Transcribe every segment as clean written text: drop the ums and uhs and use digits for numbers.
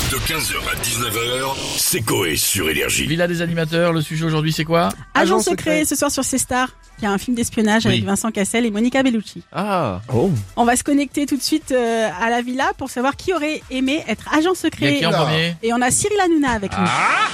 De 15h à 19h, c'est Coé sur Énergie. Villa des animateurs, le sujet aujourd'hui c'est quoi? Agent secret, ce soir sur C-Star, qui a un film d'espionnage avec Vincent Cassel et Monica Bellucci. Ah, oh. On va se connecter tout de suite à la villa pour savoir qui aurait aimé être agent secret. Il y a qui en premier? Et on a Cyril Hanouna avec nous.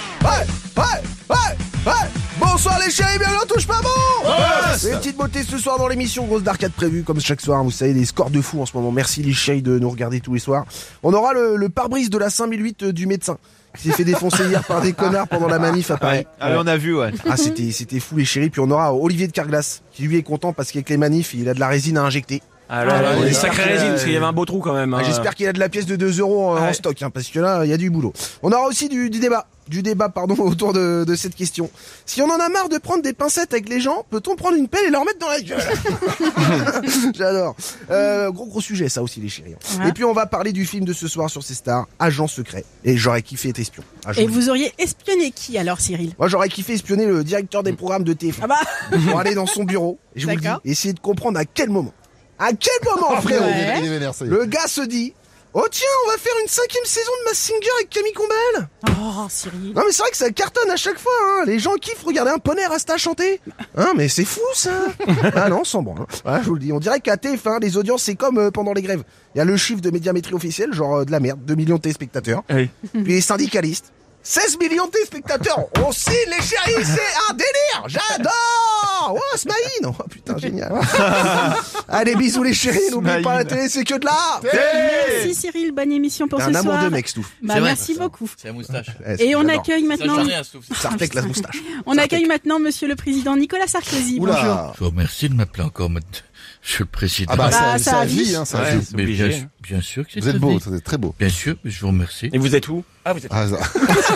Bonsoir les chéris, bienvenue on touche pas bon. Une petite beauté ce soir dans l'émission, grosse d'arcade prévue comme chaque soir, vous savez, des scores de fou en ce moment. Merci les chéris de nous regarder tous les soirs. On aura le pare-brise de la 5008 du médecin qui s'est fait défoncer hier par des connards pendant la manif à Paris. Ah oui, on a vu, ouais. Ah c'était fou les chéris. Puis on aura Olivier de Carglass qui lui est content parce qu'avec les manifs il a de la résine à injecter. Alors, ouais, des sacrées ouais, résines, parce qu'il y avait un beau trou quand même. Ah, j'espère qu'il y a de la pièce de 2 euros en stock, parce que là, il y a du boulot. On aura aussi du débat autour de cette question. Si on en a marre de prendre des pincettes avec les gens, peut-on prendre une pelle et leur mettre dans la gueule? J'adore. Gros sujet, ça aussi, les chéris. Ouais. Et puis, on va parler du film de ce soir sur C-Star, Agent secret. Et j'aurais kiffé être espion. Et vous auriez espionné qui alors, Cyril? Moi, j'aurais kiffé espionner le directeur des programmes de TF1. Ah bah Pour aller dans son bureau, et je vous le dis, D'accord. essayer de comprendre à quel moment, frérot, Ouais. le gars se dit: oh tiens, on va faire une 5e saison de Mask Singer avec Camille Combal. Oh, Cyril. Non mais c'est vrai que ça cartonne à chaque fois, hein. Les gens kiffent regarder un poney Rasta chanter. Hein, mais c'est fou ça. Ah non, sans bon. Hein. Voilà, je vous le dis. On dirait qu'à TF1, les audiences, c'est comme pendant les grèves. Il y a le chiffre de médiamétrie officielle, genre de la merde, 2 millions de téléspectateurs. Oui. Puis les syndicalistes, 16 millions de téléspectateurs. On signe les chéris, c'est un délire. J'adore. Oh, Smaïn. Oh putain, génial. Allez, bisous les chéris. N'oubliez pas la télé, c'est que de l'art. Merci Cyril, bonne émission pour T'es ce un soir. amour de mec, Stouff. Bah, C'est vrai, merci ça. beaucoup. C'est la moustache. Et on J'adore. accueille Ça, maintenant, j'en ai un souffle. Ça reflète la moustache. on accueille maintenant Monsieur le Président Nicolas Sarkozy. Bonjour. Je vous remercie de m'appeler encore Monsieur le Président. Ah bah, Bah, ça ça a vie, vie. hein, ça Ouais. a vie. C'est Mais obligé. bien sûr que c'est Vous êtes ta beau, vie. vous êtes très beau. Bien sûr, je vous remercie. Et vous êtes où? Ah, vous êtes. Ah, ça.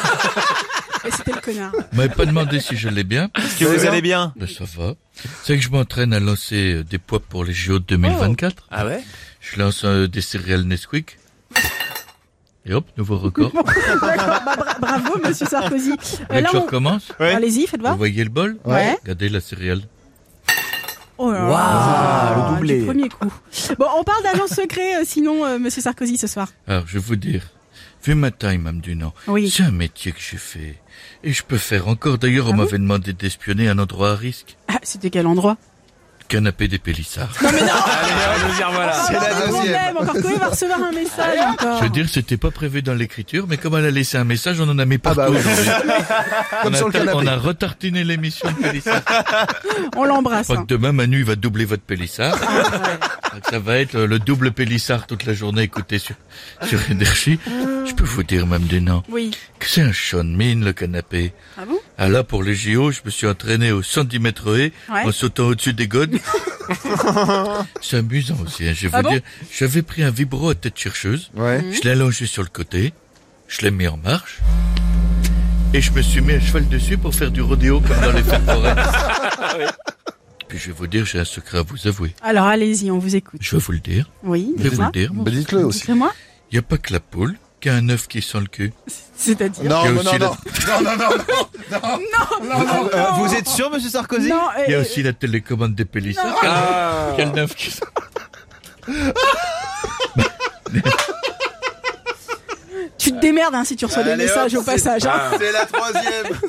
Et c'était le connard. Vous m'avez pas demandé si je l'ai bien. Que vous allez bien? Ben, ça va. C'est que je m'entraîne à lancer des poids pour les JO de 2024. Ah ouais? Je lance des céréales Nesquik. Et hop, nouveau record. Vous D'accord, bah, bravo Monsieur Sarkozy. voulez que je on... recommence? Ouais. Allez-y, faites Vous voir. voyez le bol? Ouais. Regardez la céréale. Oh là Waouh, là, le doublé. du premier coup. Bon, on parle d'agent secret, sinon, Monsieur Sarkozy, ce soir. Alors, je vais vous dire, vu ma taille, Mme Dunant, Oui. c'est un métier que j'ai fait. Et je peux faire encore. D'ailleurs, on Ah bon m'avait demandé d'espionner un endroit à risque. Ah, c'était quel endroit? Canapé des Pélissards. Allez, on nous y revoilà. C'est la deuxième. Encore Coé va recevoir un message encore. Je veux dire, c'était pas prévu dans l'écriture, mais comme elle a laissé un message, on en a mis partout. bah oui. aujourd'hui. Comme sur le canapé. On a retartiné l'émission de Pélissard. On l'embrasse. Je crois que demain, Manu, il va doubler votre Pélissard. Donc, ça va être le double Pélissard toute la journée écouté sur Énergie. Je peux vous dire, Mme Dunant, Oui. que c'est un Sean Mean, le canapé. Ah bon? Ah là, pour les JO, je me suis entraîné au 110 mètres haies, Ouais. en sautant au-dessus des godes. C'est amusant aussi, hein, je vais Ah vous bon dire. J'avais pris un vibro à tête chercheuse, Ouais. je l'ai allongé sur le côté, je l'ai mis en marche, et je me suis mis à cheval dessus pour faire du rodéo comme dans les fêtes foraines. Puis je vais vous dire, j'ai un secret à vous avouer. Alors, allez-y, on vous écoute. Je vais vous le dire, Oui, je vais vous dites-moi. le dire. Bah, dites-le aussi. C'est moi? Il n'y a pas que la poule qui a un œuf qui sent le cul. C'est-à-dire? Non, Il y a non, aussi non, non. Vous êtes sûr, monsieur Sarkozy? Non, Il y a aussi la télécommande des Pélissards qui a le œuf qui sent... tu te démerdes hein, si tu reçois des messages au passage. Hein. C'est la troisième.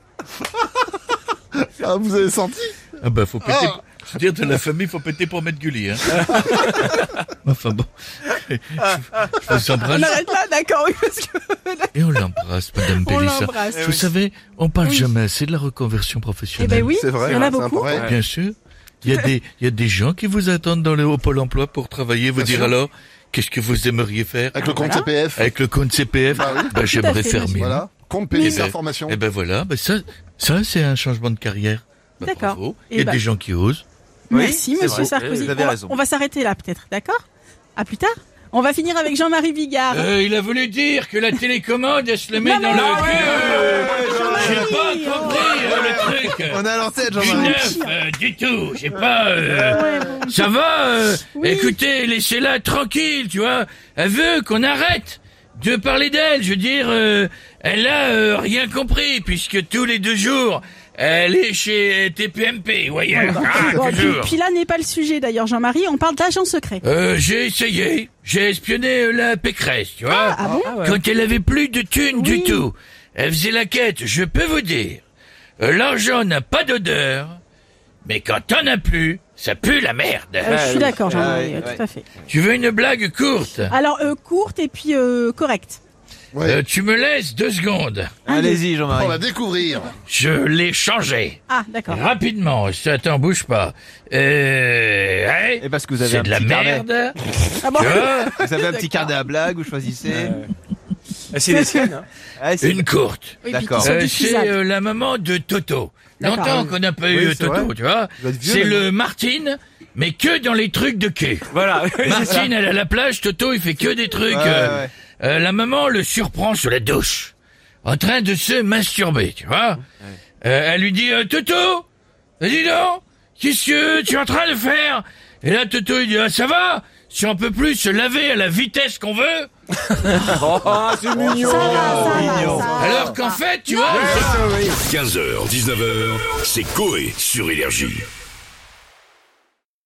Ah, vous avez senti? Ah bah faut péter. Je veux dire, de la famille, faut péter pour mettre Gulli, hein. Enfin bon. Je vous embrasse. On arrête là, d'accord, oui, parce que Et on l'embrasse, Madame on Pélissard. l'embrasse. Vous savez, on parle Oui. jamais assez de la reconversion Eh professionnelle. ben oui, C'est vrai, il y en a c'est beaucoup. important. Bien sûr. Il y a des gens qui vous attendent dans le haut Pôle emploi pour travailler, vous dire sûr. alors, qu'est-ce que vous aimeriez faire? Avec le compte Voilà. CPF. Avec le compte CPF? Bah, j'aimerais fait, faire monsieur. mieux. Voilà. Compte Eh PLS ben, Information. Eh ben voilà, bah ça c'est un changement de carrière. Bah, D'accord. bravo. Eh Il y a ben- des gens qui osent. Merci, c'est monsieur vrai. Sarkozy. Vous avez raison. On va s'arrêter là, peut-être, d'accord? À plus tard. On va finir avec Jean-Marie Bigard. Il a voulu dire que la télécommande, elle se le met Non, dans mais non, le cul. J'ai Jean-Marie, pas compris le truc. On est à l'antenne, Du Jean-Marie. neuf, du tout. J'ai pas. Ouais, bon. Ça va. Oui. Écoutez, laissez-la tranquille, tu vois. Elle veut qu'on arrête de parler d'elle. Je veux dire, elle a rien compris puisque tous les 2 jours, Elle est chez TPMP, voyez. Bon, Toujours. puis là n'est pas le sujet d'ailleurs, Jean-Marie. On parle d'agent secret. J'ai essayé. J'ai espionné la Pécresse, tu vois. Ah bon? Quand elle avait plus de thunes du Oui. tout. Elle faisait la quête, je peux vous dire. L'argent n'a pas d'odeur, mais quand t'en as plus, ça pue la merde. Je suis d'accord, Jean-Marie, ouais, tout à fait. Tu veux une blague courte? Alors, courte et puis correcte. Ouais. Tu me laisses 2 secondes. Allez-y, On Jean-Marie. va découvrir. Je l'ai changé. Ah, d'accord. Rapidement, ça t'en bouge pas. Ouais, Et parce que vous avez c'est un de la petit carnet. merde. Ah bon? Tu vois? Vous avez un petit carnet à blagues, vous choisissez. C'est les siennes. Hein. Ah, c'est- Une courte. Oui, puis D'accord. qui sont C'est diffusables. la maman de Toto. D'accord. Longtemps qu'on n'a pas eu Oui, c'est Toto, vrai. tu vois. doit être vieux, C'est maintenant. le Martine, mais que dans les trucs de cul. Voilà. Martine, elle est à la plage, Toto, il fait que des trucs. Ouais. La maman le surprend sur la douche, en train de se masturber, tu vois. Elle lui dit, Toto, dis donc, qu'est-ce que tu es en train de faire? Et là, Toto, il dit, ah, ça va? Si on peut plus se laver à la vitesse qu'on veut? Ça va. Alors qu'en fait, tu vois... 15h, 19h, c'est Coé sur Énergie.